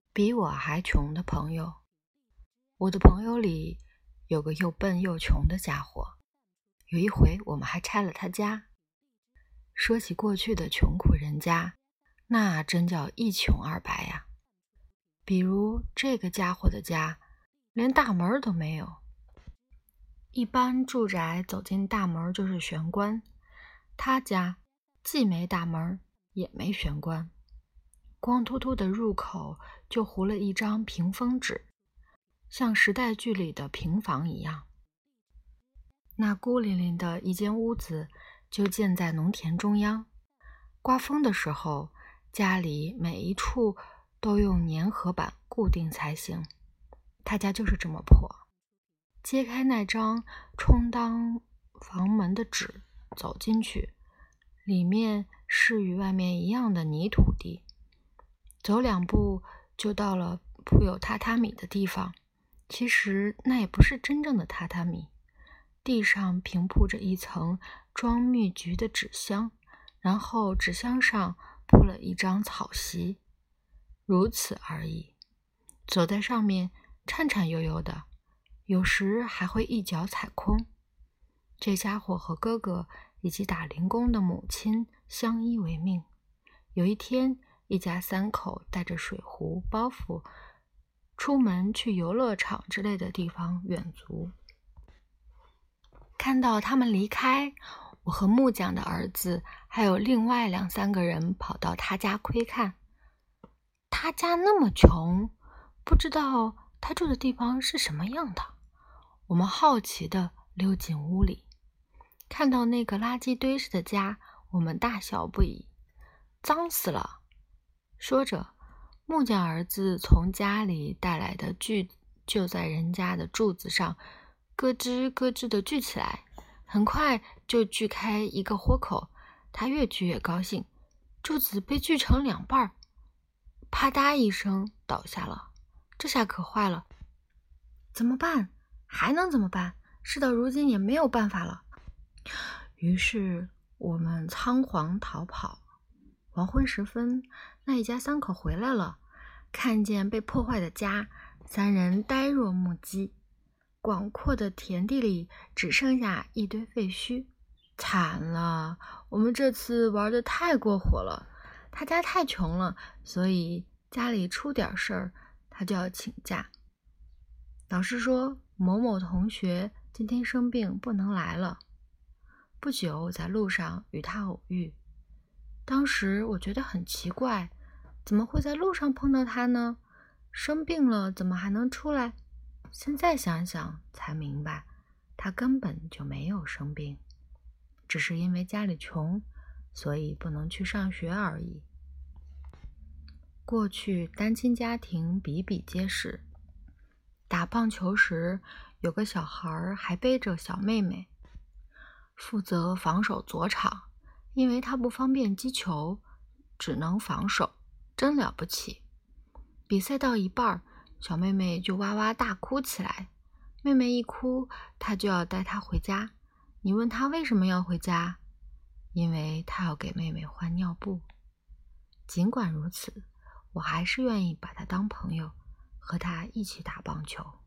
比我还穷的朋友。我的朋友里有个又笨又穷的家伙，有一回我们还拆了他家。说起过去的穷苦人家，那真叫一穷二白呀。比如这个家伙的家，连大门都没有。一般住宅走进大门就是玄关，他家既没大门，也没玄关，光秃秃的入口就糊了一张屏风纸，像时代剧里的平房一样。那孤零零的一间屋子就建在农田中央，刮风的时候，家里每一处都用粘合板固定才行。他家就是这么破。揭开那张充当房门的纸，走进去，里面是与外面一样的泥土地。走2步就到了铺有榻榻米的地方，其实那也不是真正的榻榻米。地上平铺着一层装蜜橘的纸箱，然后纸箱上铺了一张草席，如此而已。走在上面颤颤悠悠的，有时还会一脚踩空。这家伙和哥哥以及打零工的母亲相依为命。有一天，一家3口带着水壶、包袱出门去游乐场之类的地方远足。看到他们离开，我和木匠的儿子还有另外2、3个人跑到他家窥看。他家那么穷，不知道他住的地方是什么样的。我们好奇地溜进屋里，看到那个垃圾堆似的家，我们大笑不已。脏死了！说着，木匠儿子从家里带来的锯就在人家的柱子上咯吱咯吱地锯起来，很快就锯开一个豁口。他越锯越高兴，柱子被锯成2半，啪嗒一声倒下了。这下可坏了，怎么办？还能怎么办？事到如今也没有办法了。于是我们仓皇逃跑。黄昏时分，那一家3口回来了，看见被破坏的家，3人呆若木鸡。广阔的田地里只剩下一堆废墟。惨了，我们这次玩得太过火了。他家太穷了，所以家里出点事儿他就要请假。老师说某某同学今天生病不能来了。不久我在路上与他偶遇，当时我觉得很奇怪，怎么会在路上碰到他呢？生病了怎么还能出来？现在想想才明白，他根本就没有生病，只是因为家里穷，所以不能去上学而已。过去单亲家庭比比皆是。打棒球时，有个小孩还背着小妹妹，负责防守左场，因为他不方便击球，只能防守，真了不起。比赛到一半，小妹妹就哇哇大哭起来。妹妹一哭，她就要带她回家。你问她为什么要回家？因为她要给妹妹换尿布。尽管如此，我还是愿意把她当朋友，和她一起打棒球。